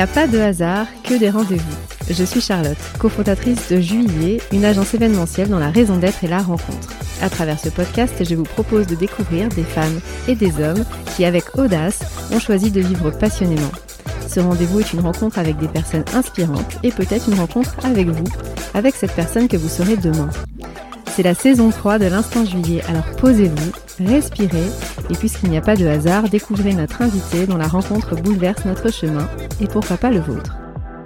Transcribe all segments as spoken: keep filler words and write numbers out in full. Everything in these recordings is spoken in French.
a pas de hasard, que des rendez-vous. Je suis Charlotte, cofondatrice de Juillet, une agence événementielle dont la raison d'être est la rencontre. À travers ce podcast, je vous propose de découvrir des femmes et des hommes qui, avec audace, ont choisi de vivre passionnément. Ce rendez-vous est une rencontre avec des personnes inspirantes et peut-être une rencontre avec vous, avec cette personne que vous serez demain. C'est la saison trois de l'Instant Juillet, alors posez-vous, respirez, et puisqu'il n'y a pas de hasard, découvrez notre invité dont la rencontre bouleverse notre chemin, et pourquoi pas le vôtre.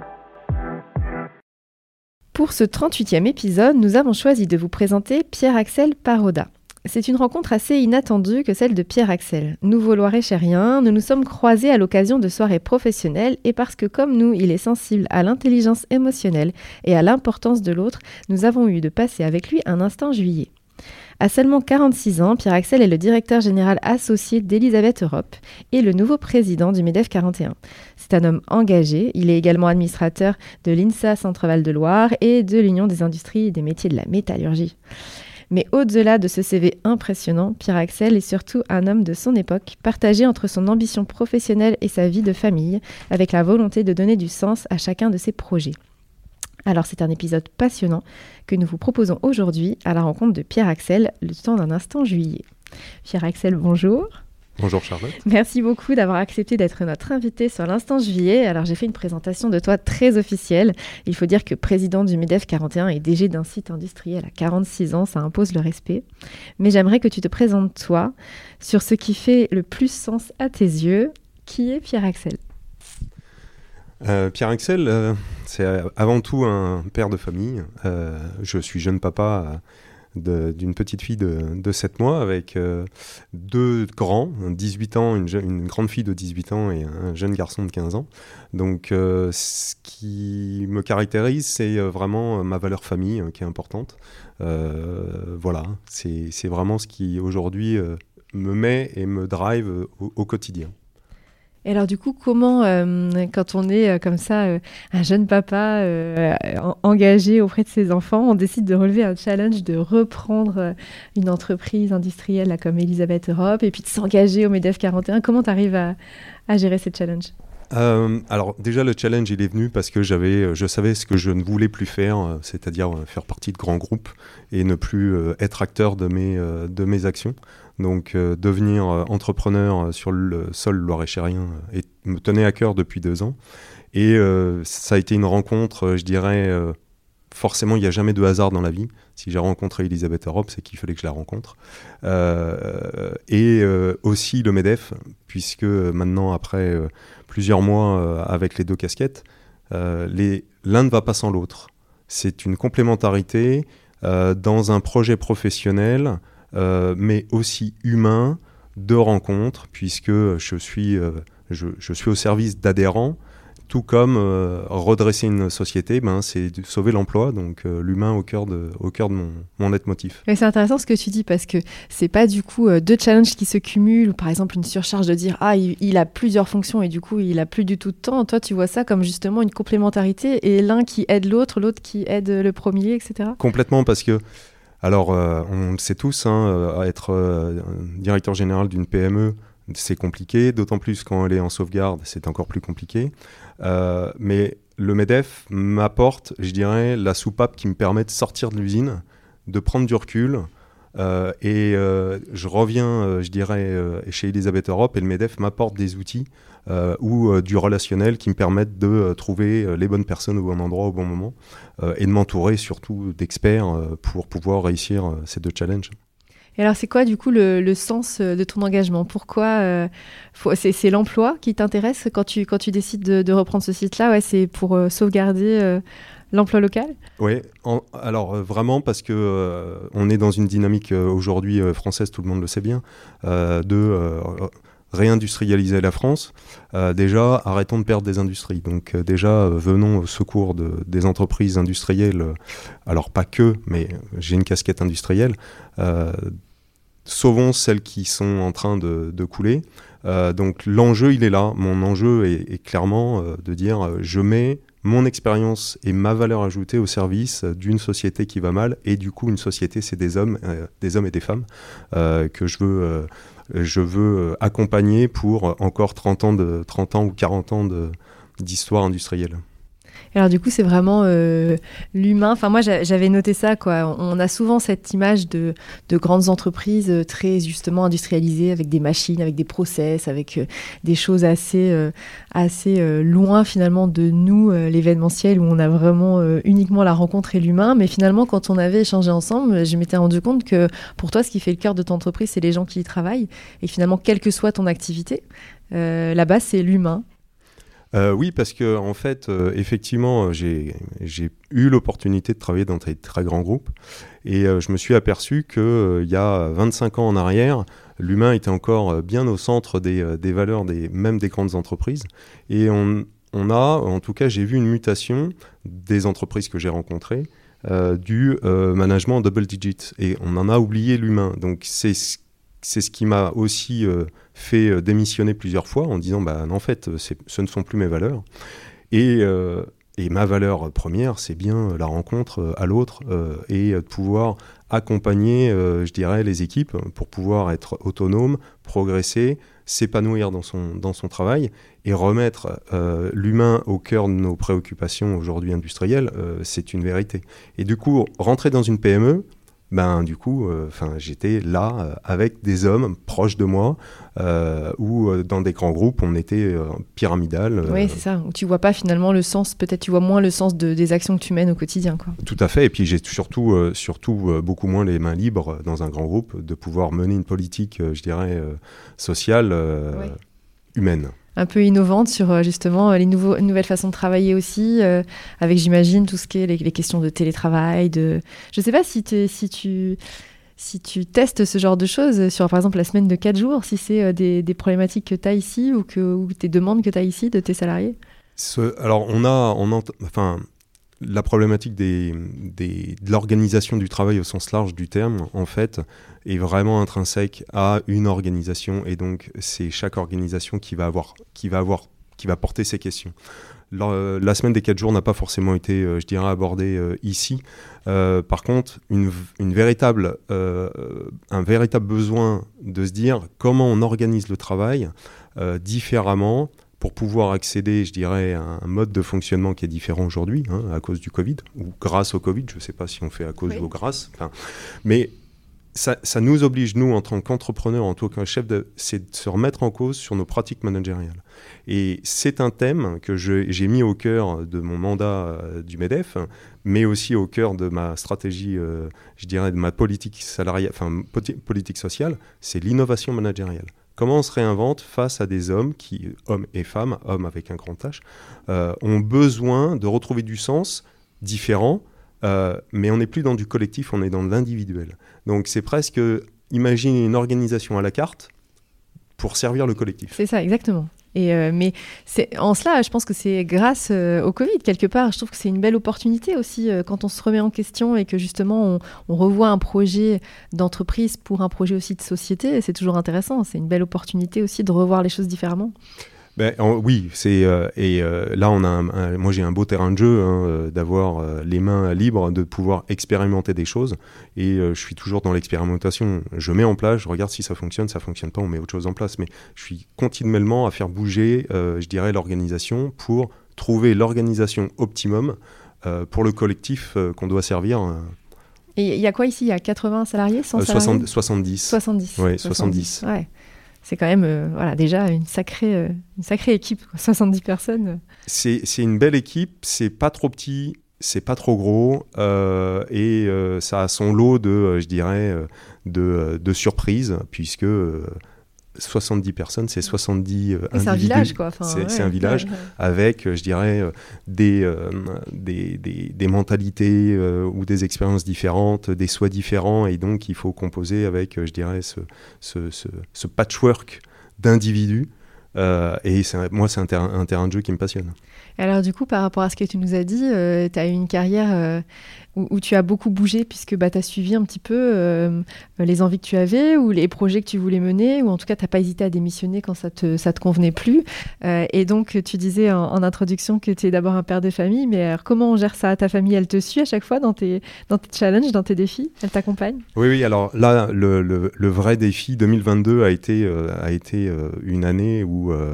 Pour ce trente-huitième épisode, nous avons choisi de vous présenter Pierre-Axel Paroda. C'est une rencontre assez inattendue que celle de Pierre-Axel. Nouveau Loiret-Chérien, nous nous sommes croisés à l'occasion de soirées professionnelles et parce que comme nous, il est sensible à l'intelligence émotionnelle et à l'importance de l'autre, nous avons eu de passer avec lui un instant juillet. À seulement quarante-six ans, Pierre-Axel est le directeur général associé d'Elisabeth Europe et le nouveau président du MEDEF quarante et un. C'est un homme engagé, il est également administrateur de l'INSA Centre-Val de Loire et de l'Union des industries et des métiers de la métallurgie. Mais au-delà de ce C V impressionnant, Pierre-Axel est surtout un homme de son époque, partagé entre son ambition professionnelle et sa vie de famille, avec la volonté de donner du sens à chacun de ses projets. Alors c'est un épisode passionnant que nous vous proposons aujourd'hui à la rencontre de Pierre-Axel, le temps d'un instant juillet. Pierre-Axel, bonjour. Bonjour Charlotte. Merci beaucoup d'avoir accepté d'être notre invité sur l'Instant Juillet. Alors j'ai fait une présentation de toi très officielle. Il faut dire que président du MEDEF quarante et un et D G d'un site industriel à quarante-six ans, ça impose le respect. Mais j'aimerais que tu te présentes toi sur ce qui fait le plus sens à tes yeux. Qui est Pierre-Axel ? euh, Pierre-Axel, euh, c'est avant tout un père de famille. Euh, je suis jeune papa euh, De, d'une petite fille de, de sept mois avec euh, deux grands, dix-huit ans, une, je, une grande fille de dix-huit ans et un jeune garçon de quinze ans. Donc euh, ce qui me caractérise, c'est euh, vraiment ma valeur famille euh, qui est importante. Euh, voilà, c'est, c'est vraiment ce qui aujourd'hui euh, me met et me drive euh, au, au quotidien. Et alors du coup, comment, euh, quand on est euh, comme ça, euh, un jeune papa euh, en- engagé auprès de ses enfants, on décide de relever un challenge, de reprendre euh, une entreprise industrielle là, comme Elisabeth Europe, et puis de s'engager au MEDEF quarante et un, comment tu arrives à, à gérer ces challenges ? Euh, alors déjà le challenge il est venu parce que j'avais, je savais ce que je ne voulais plus faire, euh, c'est-à-dire euh, faire partie de grands groupes et ne plus euh, être acteur de mes, euh, de mes actions. Donc euh, devenir euh, entrepreneur sur le sol loiret-chérien euh, et me tenait à cœur depuis deux ans. Et euh, ça a été une rencontre, euh, je dirais, euh, forcément il n'y a jamais de hasard dans la vie. Si j'ai rencontré Elisabeth Europe, c'est qu'il fallait que je la rencontre. Euh, et euh, aussi le MEDEF, puisque maintenant après euh, plusieurs mois euh, avec les deux casquettes, euh, les, l'un ne va pas sans l'autre. C'est une complémentarité euh, dans un projet professionnel, euh, mais aussi humain, de rencontres, puisque je suis, euh, je, je suis au service d'adhérents, tout comme euh, redresser une société, ben, c'est de sauver l'emploi, donc euh, l'humain au cœur de, au cœur de mon, mon leitmotiv. Et c'est intéressant ce que tu dis parce que c'est pas du coup euh, deux challenges qui se cumulent ou par exemple une surcharge de dire ah il, il a plusieurs fonctions et du coup il a plus du tout de temps. Toi tu vois ça comme justement une complémentarité et l'un qui aide l'autre, l'autre qui aide le premier, et cetera. Complètement, parce que alors euh, on le sait tous, hein, euh, être euh, directeur général d'une P M E, c'est compliqué, d'autant plus quand elle est en sauvegarde, c'est encore plus compliqué. Euh, mais le MEDEF m'apporte, je dirais, la soupape qui me permet de sortir de l'usine, de prendre du recul. Euh, et euh, je reviens, euh, je dirais, euh, chez Elisabeth Europe et le MEDEF m'apporte des outils euh, ou euh, du relationnel qui me permettent de euh, trouver euh, les bonnes personnes au bon endroit au bon moment euh, et de m'entourer surtout d'experts euh, pour pouvoir réussir euh, ces deux challenges. Et alors, c'est quoi, du coup, le, le sens de ton engagement ? Pourquoi euh, faut, c'est, c'est l'emploi qui t'intéresse quand tu, quand tu décides de, de reprendre ce site-là ? Ouais, c'est pour euh, sauvegarder euh, l'emploi local ? Oui, en, alors euh, vraiment parce que euh, on est dans une dynamique euh, aujourd'hui euh, française, tout le monde le sait bien, euh, de euh, réindustrialiser la France. Euh, déjà, arrêtons de perdre des industries. Donc euh, déjà, euh, venons au secours de, des entreprises industrielles. Euh, alors pas que, mais j'ai une casquette industrielle. Euh, sauvons celles qui sont en train de, de couler. Euh, donc l'enjeu, il est là. Mon enjeu est, est clairement euh, de dire euh, je mets mon expérience et ma valeur ajoutée au service d'une société qui va mal. Et du coup, une société, c'est des hommes, euh, des hommes et des femmes euh, que je veux, euh, je veux accompagner pour encore trente ans, de, trente ans ou quarante ans de, d'histoire industrielle. Alors du coup, c'est vraiment euh, l'humain. Enfin, moi, j'a- j'avais noté ça, quoi. On a souvent cette image de, de grandes entreprises euh, très justement industrialisées, avec des machines, avec des process, avec euh, des choses assez, euh, assez euh, loin finalement de nous, euh, l'événementiel, où on a vraiment euh, uniquement la rencontre et l'humain. Mais finalement, quand on avait échangé ensemble, je m'étais rendu compte que pour toi, ce qui fait le cœur de ton entreprise, c'est les gens qui y travaillent. Et finalement, quelle que soit ton activité, euh, là-bas, c'est l'humain. Euh, oui, parce que en fait, euh, effectivement, j'ai, j'ai eu l'opportunité de travailler dans des très grands groupes et euh, je me suis aperçu qu'il euh, y a vingt-cinq ans en arrière, l'humain était encore bien au centre des, euh, des valeurs, des, même des grandes entreprises. Et on, on a, en tout cas, j'ai vu une mutation des entreprises que j'ai rencontrées euh, du euh, management double digit. Et on en a oublié l'humain. Donc c'est C'est ce qui m'a aussi euh, fait euh, démissionner plusieurs fois en disant bah, en fait, c'est, ce ne sont plus mes valeurs. Et, euh, et ma valeur première, c'est bien la rencontre euh, à l'autre euh, et de pouvoir accompagner, euh, je dirais, les équipes pour pouvoir être autonome, progresser, s'épanouir dans son, dans son travail et remettre euh, l'humain au cœur de nos préoccupations aujourd'hui industrielles, euh, c'est une vérité. Et du coup, rentrer dans une P M E, ben du coup, euh, j'étais là euh, avec des hommes proches de moi, euh, ou euh, dans des grands groupes, on était euh, pyramidal. Euh, oui, c'est ça. Où tu vois pas finalement le sens, peut-être tu vois moins le sens de, des actions que tu mènes au quotidien, quoi. Tout à fait. Et puis j'ai surtout, euh, surtout euh, beaucoup moins les mains libres dans un grand groupe de pouvoir mener une politique, euh, je dirais, euh, sociale, euh, ouais. humaine. Un peu innovante sur justement les nouveaux, nouvelles façons de travailler aussi, euh, avec j'imagine tout ce qui est les, les questions de télétravail. De... Je ne sais pas si, si, tu, si tu testes ce genre de choses sur par exemple la semaine de quatre jours, si c'est euh, des, des problématiques que tu as ici ou, que, ou des demandes que tu as ici de tes salariés. Ce, alors on a, on a enfin, la problématique des, des, de l'organisation du travail au sens large du terme, en fait, est vraiment intrinsèque à une organisation, et donc c'est chaque organisation qui va avoir, qui va avoir, qui va porter ces questions. La, la semaine des quatre jours n'a pas forcément été, euh, je dirais, abordée euh, ici. Euh, par contre, une, une véritable, euh, un véritable besoin de se dire comment on organise le travail euh, différemment, pour pouvoir accéder, je dirais, à un mode de fonctionnement qui est différent aujourd'hui, hein, à cause du Covid, ou grâce au Covid, je ne sais pas si on fait à cause oui. ou grâce, enfin, mais ça, ça nous oblige, nous, en tant qu'entrepreneurs, en tant qu'un chef, de, c'est de se remettre en cause sur nos pratiques managériales. Et c'est un thème que je, j'ai mis au cœur de mon mandat euh, du MEDEF, mais aussi au cœur de ma stratégie, euh, je dirais, de ma politique salariale, enfin, politique sociale, c'est l'innovation managériale. Comment on se réinvente face à des hommes qui, hommes et femmes, hommes avec un grand H, euh, ont besoin de retrouver du sens différent, euh, mais on n'est plus dans du collectif, on est dans de l'individuel. Donc c'est presque, imaginer une organisation à la carte pour servir le collectif. C'est ça, exactement. Et euh, mais c'est, en cela, je pense que c'est grâce euh, au Covid, quelque part. Je trouve que c'est une belle opportunité aussi euh, quand on se remet en question et que justement on, on revoit un projet d'entreprise pour un projet aussi de société. C'est toujours intéressant. C'est une belle opportunité aussi de revoir les choses différemment. Ben, en, oui, c'est, euh, et euh, là, on a un, un, moi j'ai un beau terrain de jeu, hein, euh, d'avoir euh, les mains libres, de pouvoir expérimenter des choses. Et euh, je suis toujours dans l'expérimentation. Je mets en place, je regarde si ça fonctionne, ça fonctionne pas, on met autre chose en place. Mais je suis continuellement à faire bouger, euh, je dirais, l'organisation pour trouver l'organisation optimum euh, pour le collectif euh, qu'on doit servir. Euh. Et il y a quoi ici ? Il y a quatre-vingts salariés, cent euh, salariés soixante-dix. soixante-dix. Oui, soixante-dix. Ouais. C'est quand même euh, voilà, déjà une sacrée, euh, une sacrée équipe, quoi. soixante-dix personnes. C'est, c'est une belle équipe, c'est pas trop petit, c'est pas trop gros, euh, et euh, ça a son lot de, euh, je dirais, euh, de, de surprises, puisque euh, soixante-dix personnes, c'est soixante-dix euh, individus. C'est un village, quoi. Enfin, c'est, ouais, c'est un village ouais, ouais. avec, euh, je dirais, euh, des, euh, des, des, des mentalités euh, ou des expériences différentes, des souhaits différents, et donc il faut composer avec, euh, je dirais, ce, ce, ce, ce patchwork d'individus. Euh, et c'est un, moi, c'est un, ter- un terrain de jeu qui me passionne. Et alors du coup, par rapport à ce que tu nous as dit, euh, tu as eu une carrière euh, où, où tu as beaucoup bougé, puisque bah, tu as suivi un petit peu euh, les envies que tu avais ou les projets que tu voulais mener, ou en tout cas, tu n'as pas hésité à démissionner quand ça te, ça te convenait plus. Euh, et donc, tu disais en, en introduction que tu es d'abord un père de famille, mais alors, comment on gère ça ? Ta famille, elle te suit à chaque fois dans tes, dans tes challenges, dans tes défis ? Elle t'accompagne ? Oui, oui, alors là, le, le, le vrai défi deux mille vingt-deux a été, euh, a été euh, une année où... Euh,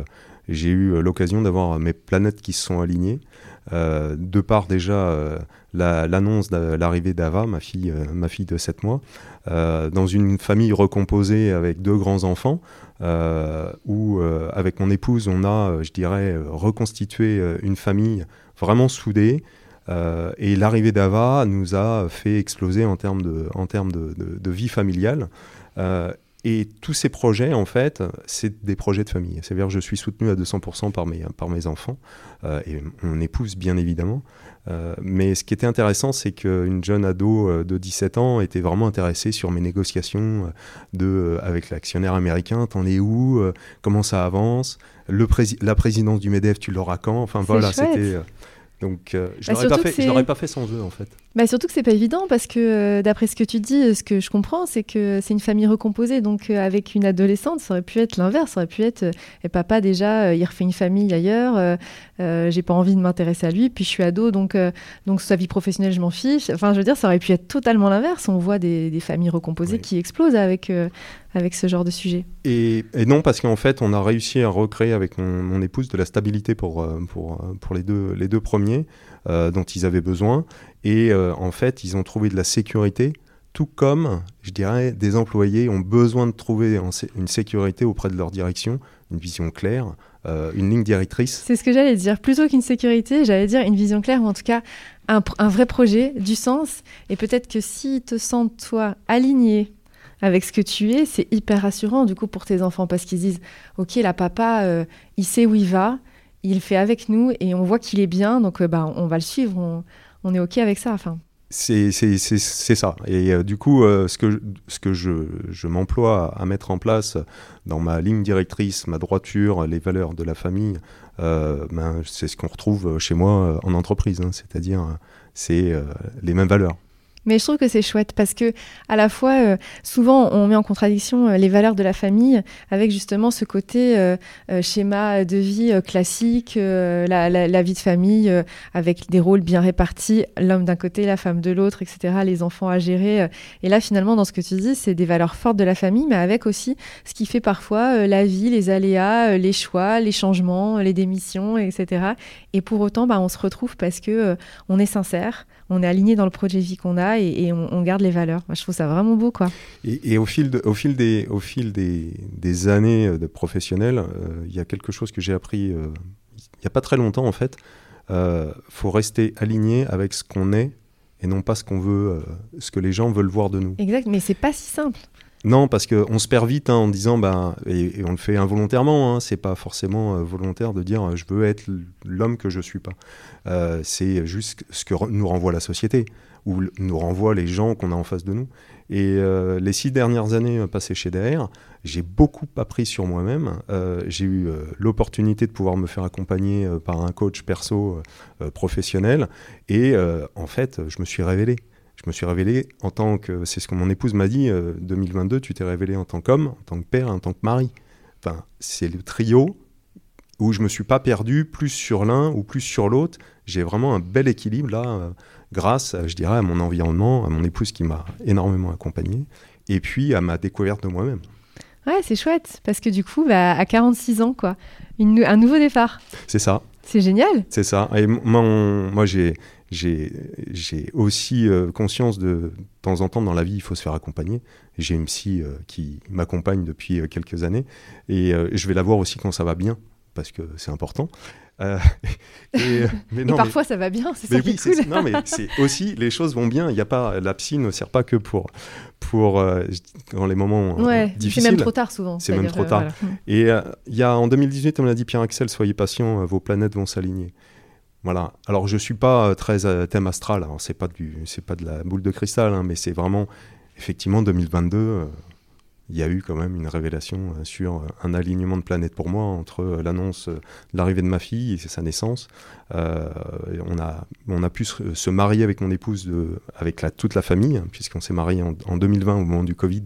j'ai eu l'occasion d'avoir mes planètes qui se sont alignées. Euh, de par déjà euh, la, l'annonce de l'arrivée d'Ava, ma fille, euh, ma fille de sept mois, euh, dans une famille recomposée avec deux grands-enfants, euh, où euh, avec mon épouse, on a, je dirais, reconstitué une famille vraiment soudée. Euh, et l'arrivée d'Ava nous a fait exploser en termes de, en termes de, de, de vie familiale. Euh, Et tous ces projets, en fait, c'est des projets de famille. C'est-à-dire que je suis soutenu à deux cents pour cent par mes, par mes enfants, euh, et mon épouse, bien évidemment. Euh, mais ce qui était intéressant, c'est qu'une jeune ado de dix-sept ans était vraiment intéressée sur mes négociations de, euh, avec l'actionnaire américain. T'en es où euh, Comment ça avance Le prési- La présidence du MEDEF, tu l'auras quand Enfin, c'est voilà, chouette. c'était... Euh, donc, euh, je Bah, ne l'aurais, c'est... l'aurais pas fait sans eux, en fait. Bah, surtout que c'est pas évident parce que euh, d'après ce que tu dis, ce que je comprends, c'est que c'est une famille recomposée. Donc euh, avec une adolescente, ça aurait pu être l'inverse. Ça aurait pu être, euh, et papa déjà, euh, il refait une famille ailleurs. Euh, euh, j'ai pas envie de m'intéresser à lui. Puis je suis ado, donc euh, donc sa vie professionnelle, je m'en fiche. Enfin, je veux dire, ça aurait pu être totalement l'inverse. On voit des, des familles recomposées oui. qui explosent avec euh, avec ce genre de sujet. Et, et non, parce qu'en fait, on a réussi à recréer avec mon, mon épouse de la stabilité pour pour pour les deux les deux premiers euh, dont ils avaient besoin. Et euh, en fait, ils ont trouvé de la sécurité, tout comme, je dirais, des employés ont besoin de trouver une sécurité auprès de leur direction, une vision claire, euh, une ligne directrice. C'est ce que j'allais dire. Plutôt qu'une sécurité, j'allais dire une vision claire, ou en tout cas un, un vrai projet, du sens. Et peut-être que s'ils te sentent, toi, aligné avec ce que tu es, c'est hyper rassurant, du coup, pour tes enfants, parce qu'ils disent « Ok, là, papa, euh, il sait où il va, il fait avec nous, et on voit qu'il est bien, donc euh, bah, on va le suivre, on... On est OK avec ça, enfin. C'est, c'est, c'est, c'est ça. Et euh, du coup, euh, ce que, je, ce que je, je m'emploie à, à mettre en place dans ma ligne directrice, ma droiture, les valeurs de la famille, euh, ben, c'est ce qu'on retrouve chez moi en entreprise. Hein, c'est-à-dire, c'est euh, les mêmes valeurs. Mais je trouve que c'est chouette parce que à la fois, euh, souvent, on met en contradiction euh, les valeurs de la famille avec justement ce côté euh, euh, schéma de vie euh, classique, euh, la, la, la vie de famille euh, avec des rôles bien répartis, l'homme d'un côté, la femme de l'autre, et cetera, les enfants à gérer. Euh. Et là, finalement, dans ce que tu dis, c'est des valeurs fortes de la famille, mais avec aussi ce qui fait parfois euh, la vie, les aléas, euh, les choix, les changements, les démissions, et cetera. Et pour autant, bah, on se retrouve parce que euh, on est sincère, on est aligné dans le projet de vie qu'on a et, et on, on garde les valeurs. Moi, je trouve ça vraiment beau, quoi. Et, et au fil, de, au fil, des, au fil des, des années de professionnel, il euh, y a quelque chose que j'ai appris il euh, n'y a pas très longtemps, en fait. Il euh, faut rester aligné avec ce qu'on est et non pas ce qu'on veut, euh, ce que les gens veulent voir de nous. Exact, mais c'est pas si simple. Non, parce qu'on se perd vite hein, en disant, bah, et, et on le fait involontairement, hein, c'est pas forcément euh, volontaire de dire euh, je veux être l'homme que je suis pas. Euh, c'est juste ce que re- nous renvoie la société, ou l- nous renvoient les gens qu'on a en face de nous. Et euh, les six dernières années passées chez D R, j'ai beaucoup appris sur moi-même. Euh, j'ai eu euh, l'opportunité de pouvoir me faire accompagner euh, par un coach perso euh, professionnel, et euh, en fait, je me suis révélé. Je me suis révélé en tant que, c'est ce que mon épouse m'a dit, euh, deux mille vingt-deux, tu t'es révélé en tant qu'homme, en tant que père, en tant que mari. Enfin, c'est le trio où je ne me suis pas perdu plus sur l'un ou plus sur l'autre. J'ai vraiment un bel équilibre là, euh, grâce, je dirais, à mon environnement, à mon épouse qui m'a énormément accompagné, et puis à ma découverte de moi-même. Ouais, c'est chouette, parce que du coup, bah, à quarante-six ans, quoi, une, un nouveau départ. C'est ça. C'est génial. C'est ça. Et moi, on, moi j'ai... J'ai, j'ai aussi euh, conscience de, de temps en temps dans la vie, il faut se faire accompagner. J'ai une psy euh, qui m'accompagne depuis euh, quelques années et euh, je vais la voir aussi quand ça va bien, parce que c'est important. Euh, et, mais non, et parfois mais, ça va bien, c'est ça mais qui oui, est cool. C'est, non, mais c'est aussi, les choses vont bien. Il y a pas, la psy ne sert pas que pour, pour euh, dans les moments ouais, euh, difficiles. C'est même trop tard souvent. C'est même trop tard. Euh, voilà. Et il euh, y a, en deux mille dix-huit, on a dit Pierre-Axel, soyez patient, euh, vos planètes vont s'aligner. Voilà. Alors je suis pas très euh, thème astral. Alors c'est pas du, c'est pas de la boule de cristal, hein, mais c'est vraiment effectivement deux mille vingt-deux. Euh, il y a eu quand même une révélation euh, sur euh, un alignement de planètes pour moi entre euh, l'annonce euh, de l'arrivée de ma fille et sa naissance. Euh, on a, on a pu se, se marier avec mon épouse, de, avec la, toute la famille, hein, puisqu'on s'est marié en, en deux mille vingt au moment du Covid,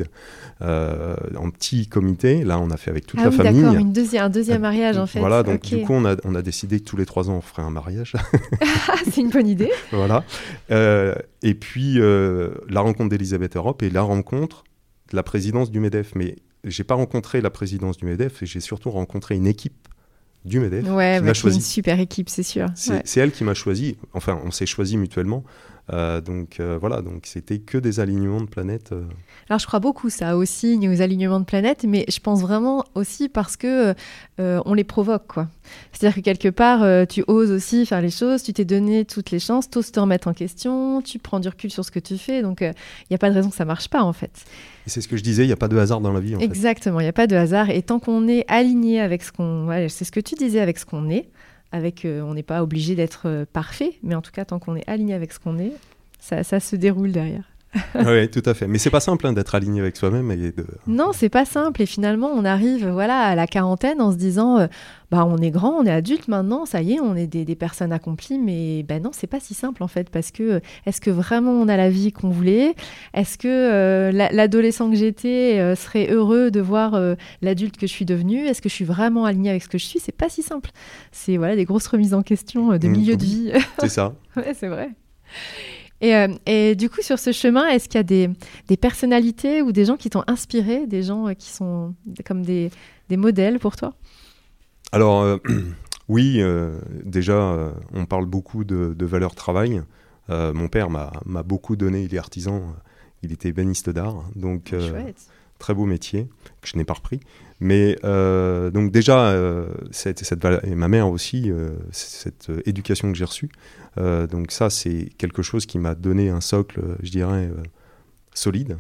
euh, en petit comité. Là, on a fait avec toute ah la oui, famille. D'accord, une deuxi- un deuxième mariage en fait. Voilà, donc okay. du coup, on a, on a décidé que tous les trois ans, on ferait un mariage. C'est une bonne idée. Voilà. Euh, et puis, euh, la rencontre d'Elisabeth Europe et la rencontre de la présidence du MEDEF. Mais j'ai pas rencontré la présidence du MEDEF, et j'ai surtout rencontré une équipe du MEDEF ouais, qui bah, m'a qui choisi. Une super équipe, c'est sûr. C'est, ouais. c'est elle qui m'a choisi. Enfin, on s'est choisi mutuellement. Euh, donc euh, voilà, donc c'était que des alignements de planètes. Euh. Alors je crois beaucoup ça aux signes, aux alignements de planètes, mais je pense vraiment aussi parce que euh, on les provoque, quoi. C'est-à-dire que quelque part, euh, tu oses aussi faire les choses, tu t'es donné toutes les chances, t'oses te remettre en question, tu prends du recul sur ce que tu fais, donc il euh, n'y a pas de raison que ça marche pas en fait. Et c'est ce que je disais, il n'y a pas de hasard dans la vie. En Exactement, il n'y a pas de hasard, et tant qu'on est aligné avec ce qu'on... Ouais, c'est ce que tu disais, avec ce qu'on est, avec, euh, on n'est pas obligé d'être euh, parfait, mais en tout cas, tant qu'on est aligné avec ce qu'on est, ça, ça se déroule derrière. Oui, tout à fait. Mais c'est pas simple hein, d'être aligné avec soi-même. Et de... Non, c'est pas simple. Et finalement, on arrive voilà, à la quarantaine en se disant euh, bah, on est grand, on est adulte maintenant, ça y est, on est des, des personnes accomplies. Mais ben non, c'est pas si simple en fait. Parce que est-ce que vraiment on a la vie qu'on voulait ? Est-ce que euh, la, l'adolescent que j'étais euh, serait heureux de voir euh, l'adulte que je suis devenue ? Est-ce que je suis vraiment alignée avec ce que je suis ? C'est pas si simple. C'est voilà, des grosses remises en question euh, de milieu mmh. de vie. C'est ça. Ouais, c'est vrai. Et, euh, et du coup, sur ce chemin, est-ce qu'il y a des, des personnalités ou des gens qui t'ont inspiré, des gens euh, qui sont comme des, des modèles pour toi ? Alors, euh, oui, euh, déjà, euh, on parle beaucoup de, de valeur travail. Euh, mon père m'a, m'a beaucoup donné, il est artisan, il était ébéniste d'art, donc euh, très beau métier que je n'ai pas repris. Mais euh, donc déjà, euh, cette, cette valeur, et ma mère aussi, euh, cette euh, éducation que j'ai reçue, euh, donc ça c'est quelque chose qui m'a donné un socle, je dirais, euh, solide.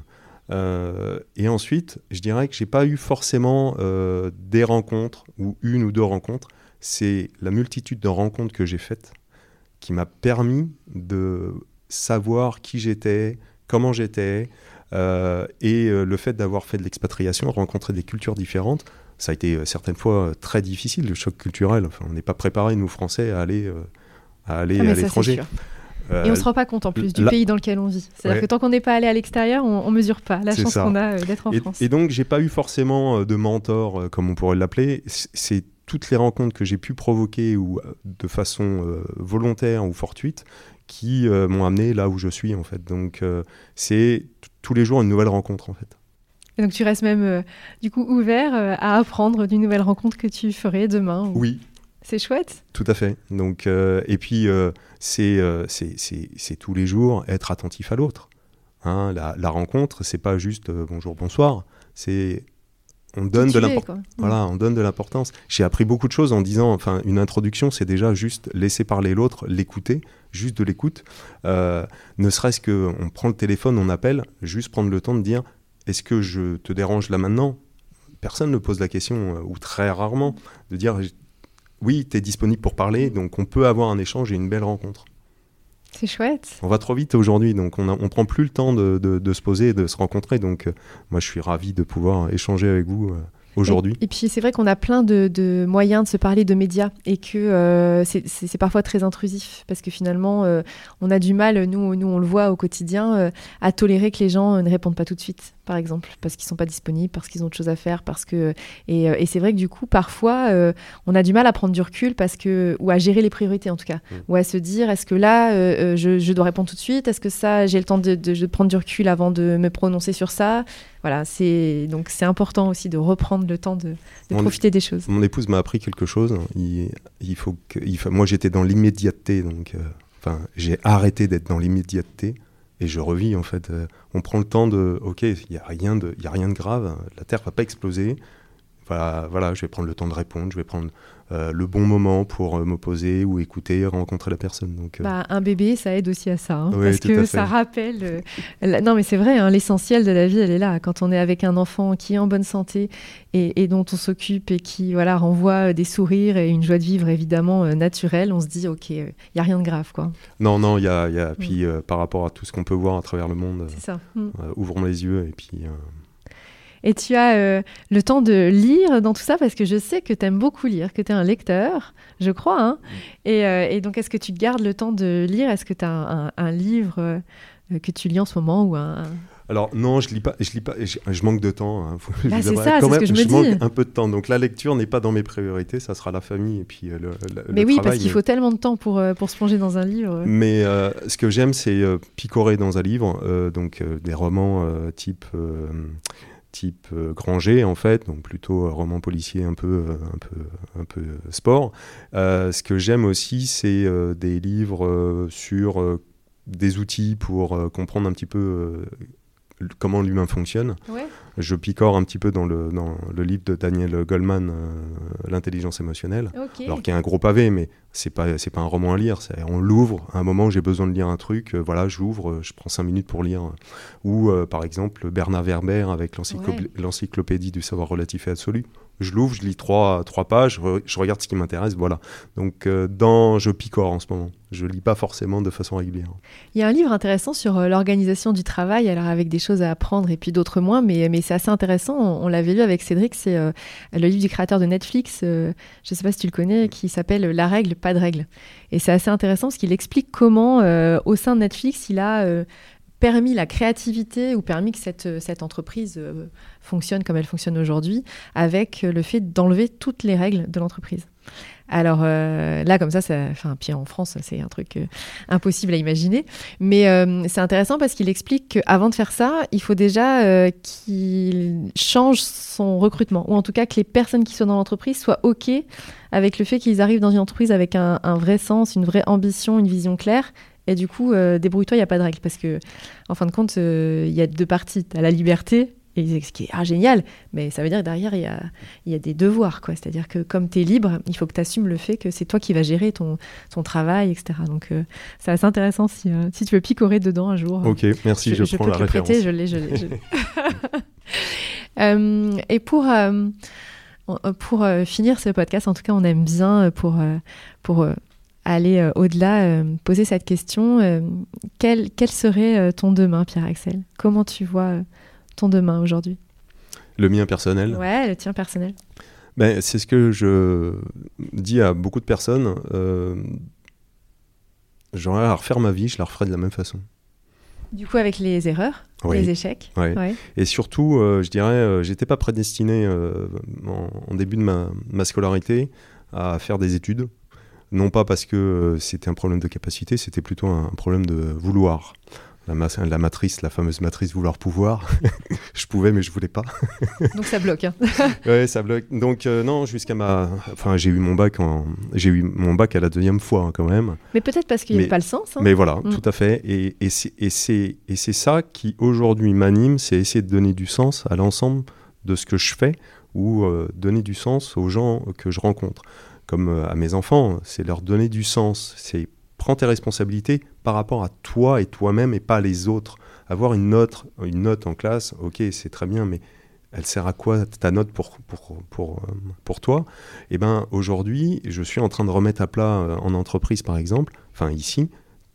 Euh, et ensuite, je dirais que j'ai pas eu forcément euh, des rencontres, ou une ou deux rencontres, c'est la multitude de rencontres que j'ai faites qui m'a permis de savoir qui j'étais, comment j'étais, Euh, et euh, le fait d'avoir fait de l'expatriation, rencontrer des cultures différentes, ça a été euh, certaines fois euh, très difficile, le choc culturel. Enfin, on n'est pas préparés, nous Français, à aller, euh, à, aller ah, à ça, l'étranger. Euh, et on ne se rend pas compte en plus du la... pays dans lequel on vit. C'est-à-dire ouais. que tant qu'on n'est pas allé à l'extérieur, on ne mesure pas la c'est chance ça. qu'on a euh, d'être en et, France. Et donc, je n'ai pas eu forcément de mentor, euh, comme on pourrait l'appeler. C'est toutes les rencontres que j'ai pu provoquer ou, de façon euh, volontaire ou fortuite qui euh, m'ont amené là où je suis, en fait. Donc, euh, c'est t- tous les jours une nouvelle rencontre, en fait. Et donc, tu restes même, euh, du coup, ouvert euh, à apprendre d'une nouvelle rencontre que tu ferais demain ou... Oui. C'est chouette. Tout à fait. Donc, euh, et puis, euh, c'est, euh, c'est, c'est, c'est tous les jours être attentif à l'autre. Hein, la, la rencontre, c'est pas juste euh, bonjour, bonsoir. C'est... On donne, de l'import- voilà, on donne de l'importance. J'ai appris beaucoup de choses en disant, enfin, une introduction, c'est déjà juste laisser parler l'autre, l'écouter, juste de l'écoute. Euh, ne serait-ce qu'on prend le téléphone, on appelle, juste prendre le temps de dire, est-ce que je te dérange là maintenant ? Personne ne pose la question, ou très rarement, de dire, oui, tu es disponible pour parler, donc on peut avoir un échange et une belle rencontre. C'est chouette. On va trop vite aujourd'hui, donc on ne prend plus le temps de, de, de se poser et de se rencontrer. Donc euh, moi, je suis ravi de pouvoir échanger avec vous euh, aujourd'hui. Et, et puis c'est vrai qu'on a plein de, de moyens de se parler de médias et que euh, c'est, c'est, c'est parfois très intrusif parce que finalement, euh, on a du mal, nous, nous on le voit au quotidien, euh, à tolérer que les gens euh, ne répondent pas tout de suite, par exemple, parce qu'ils ne sont pas disponibles, parce qu'ils ont autre chose à faire. Parce que... et, et c'est vrai que du coup, parfois, euh, on a du mal à prendre du recul parce que... ou à gérer les priorités en tout cas, mmh. ou à se dire, est-ce que là, euh, je, je dois répondre tout de suite ? Est-ce que ça, j'ai le temps de, de, de prendre du recul avant de me prononcer sur ça ? Voilà, c'est... donc c'est important aussi de reprendre le temps de, de mon profiter des choses. Mon épouse m'a appris quelque chose. Il, il faut que, il faut... Moi, j'étais dans l'immédiateté, donc euh, enfin, j'ai arrêté d'être dans l'immédiateté. Et je revis, en fait. Euh, on prend le temps de... OK, il n'y a rien de, il y a rien de grave. La Terre ne va pas exploser. Voilà, voilà, je vais prendre le temps de répondre. Je vais prendre euh, le bon moment pour euh, me poser ou écouter, rencontrer la personne. Donc, euh... bah, un bébé, ça aide aussi à ça. Hein, oui, parce que ça rappelle... Euh, la... Non, mais c'est vrai, hein, l'essentiel de la vie, elle est là. Quand on est avec un enfant qui est en bonne santé et, et dont on s'occupe et qui voilà, renvoie des sourires et une joie de vivre, évidemment, euh, naturelle, on se dit, OK, il euh, n'y a rien de grave, quoi. Non, non, il y a... Y a... Puis, euh, par rapport à tout ce qu'on peut voir à travers le monde, c'est ça. Euh, ouvrons les yeux et puis... Euh... Et tu as euh, le temps de lire dans tout ça parce que je sais que tu aimes beaucoup lire, que tu es un lecteur, je crois. Hein. Et, euh, et donc, est-ce que tu gardes le temps de lire ? Est-ce que tu as un, un, un livre euh, que tu lis en ce moment ou un... Alors non, je lis pas, je lis pas, je, je manque de temps. Hein. Bah, c'est ça, c'est même, ce que je me je dis. manque un peu de temps, donc la lecture n'est pas dans mes priorités. Ça sera la famille et puis euh, le, le, mais le oui, travail. parce qu'il mais... faut tellement de temps pour euh, pour se plonger dans un livre. Mais euh, ce que j'aime, c'est euh, picorer dans un livre, euh, donc euh, des romans euh, type. Euh, type euh, Granger, en fait, donc plutôt euh, roman policier un peu, euh, un peu, un peu sport. Euh, ce que j'aime aussi, c'est euh, des livres euh, sur euh, des outils pour euh, comprendre un petit peu euh, comment l'humain fonctionne. Ouais. Je picore un petit peu dans le, dans le livre de Daniel Goleman, euh, L'intelligence émotionnelle, Okay. alors qu'il y a un gros pavé, mais c'est pas, c'est pas un roman à lire. C'est, on l'ouvre à un moment où j'ai besoin de lire un truc, euh, voilà, je l'ouvre, euh, je prends cinq minutes pour lire. Ou euh, par exemple Bernard Werber avec l'encyclop- Ouais. l'encyclopédie du savoir relatif et absolu. Je l'ouvre, je lis trois, trois pages, je, re- je regarde ce qui m'intéresse, voilà. Donc euh, dans, je picore en ce moment. Je lis pas forcément de façon régulière. Il y a un livre intéressant sur euh, l'organisation du travail, alors avec des choses à apprendre et puis d'autres moins, mais, mais c'est assez intéressant. On, on l'avait lu avec Cédric, c'est euh, le livre du créateur de Netflix, euh, je ne sais pas si tu le connais, qui s'appelle La règle, pas de règle. Et c'est assez intéressant parce qu'il explique comment, euh, au sein de Netflix, il a euh, permis la créativité ou permis que cette, cette entreprise euh, fonctionne comme elle fonctionne aujourd'hui, avec le fait d'enlever toutes les règles de l'entreprise. Alors euh, là, comme ça, ça, enfin, puis en France, c'est un truc euh, impossible à imaginer. Mais euh, c'est intéressant parce qu'il explique qu'avant de faire ça, il faut déjà euh, qu'il change son recrutement. Ou en tout cas, que les personnes qui sont dans l'entreprise soient OK avec le fait qu'ils arrivent dans une entreprise avec un, un vrai sens, une vraie ambition, une vision claire. Et du coup, euh, débrouille-toi, il n'y a pas de règle. Parce que, en fin de compte, il euh, y a deux parties. Tu as la liberté. Et ce qui est ah, génial, mais ça veut dire que derrière, il y a, y a des devoirs, quoi. C'est-à-dire que comme tu es libre, il faut que tu assumes le fait que c'est toi qui vas gérer ton, ton travail, et cetera. Donc, euh, c'est assez intéressant si, euh, si tu veux picorer dedans un jour. Ok, merci, je, je, je prends peux la te le référence. Prêter, je l'ai, je l'ai. Je l'ai. euh, et pour, euh, pour euh, finir ce podcast, en tout cas, on aime bien pour, euh, pour euh, aller euh, au-delà, euh, poser cette question. Euh, quel, quel serait euh, ton demain, Pierre-Axel ? Comment tu vois... Euh, ton demain aujourd'hui ? Le mien personnel ? Ouais, le tien personnel. Ben, c'est ce que je dis à beaucoup de personnes. Euh, j'aurais à refaire ma vie, je la referais de la même façon. Du coup, avec les erreurs, oui. les échecs. Ouais. Ouais. Et surtout, euh, je dirais, euh, j'étais pas prédestiné euh, en, en début de ma, ma scolarité à faire des études. Non pas parce que euh, c'était un problème de capacité, c'était plutôt un problème de vouloir. La, ma- la matrice, la fameuse matrice vouloir pouvoir. Je pouvais, mais je voulais pas. Donc ça bloque. Hein. Ouais, ça bloque. Donc euh, non, jusqu'à ma, enfin j'ai eu mon bac en, j'ai eu mon bac à la deuxième fois hein, quand même. Mais peut-être parce qu'il n'y avait pas le sens. Hein. Mais voilà, mm. tout à fait. Et, et c'est, et c'est, et c'est ça qui aujourd'hui m'anime, c'est essayer de donner du sens à l'ensemble de ce que je fais ou euh, donner du sens aux gens que je rencontre, comme euh, à mes enfants. C'est leur donner du sens. C'est prends tes responsabilités par rapport à toi et toi-même et pas les autres. Avoir une note, une note en classe, ok, c'est très bien, mais elle sert à quoi ta note pour, pour, pour, pour toi ? Eh bien, aujourd'hui, je suis en train de remettre à plat en entreprise, par exemple, enfin ici,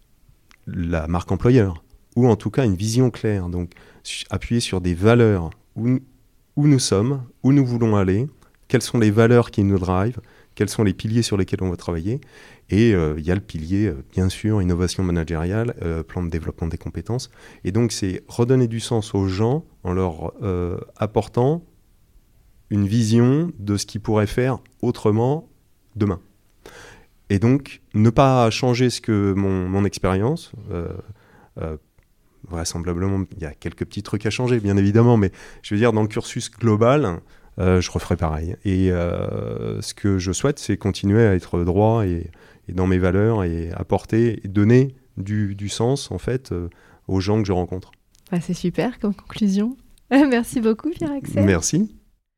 la marque employeur, ou en tout cas une vision claire. Donc, appuyer sur des valeurs, où, où nous sommes, où nous voulons aller, quelles sont les valeurs qui nous drivent, quels sont les piliers sur lesquels on va travailler. Et il euh, y a le pilier, euh, bien sûr, innovation managériale, euh, plan de développement des compétences. Et donc, c'est redonner du sens aux gens en leur euh, apportant une vision de ce qu'ils pourraient faire autrement demain. Et donc, ne pas changer ce que mon, mon expérience... Euh, euh, vraisemblablement, il y a quelques petits trucs à changer, bien évidemment, mais je veux dire, dans le cursus global... Euh, je referai pareil. Et euh, ce que je souhaite, c'est continuer à être droit et, et dans mes valeurs et apporter et donner du, du sens, en fait, euh, aux gens que je rencontre. Bah, c'est super comme conclusion. Merci beaucoup, Pierre-Axel. Merci.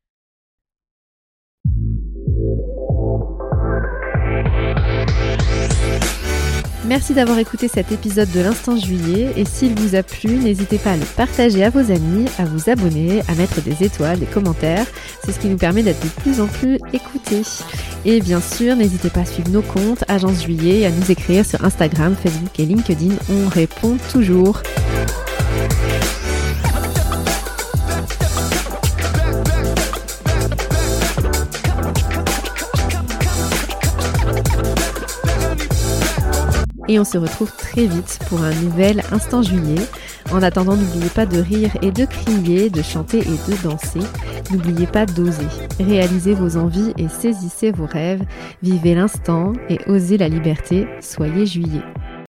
Merci d'avoir écouté cet épisode de l'Instant Juillet et s'il vous a plu, n'hésitez pas à le partager à vos amis, à vous abonner, à mettre des étoiles, des commentaires. C'est ce qui nous permet d'être de plus en plus écoutés. Et bien sûr, n'hésitez pas à suivre nos comptes Agence Juillet et à nous écrire sur Instagram, Facebook et LinkedIn. On répond toujours. Et on se retrouve très vite pour un nouvel Instant Juillet. En attendant, n'oubliez pas de rire et de crier, de chanter et de danser. N'oubliez pas d'oser. Réalisez vos envies et saisissez vos rêves. Vivez l'instant et osez la liberté. Soyez juillet.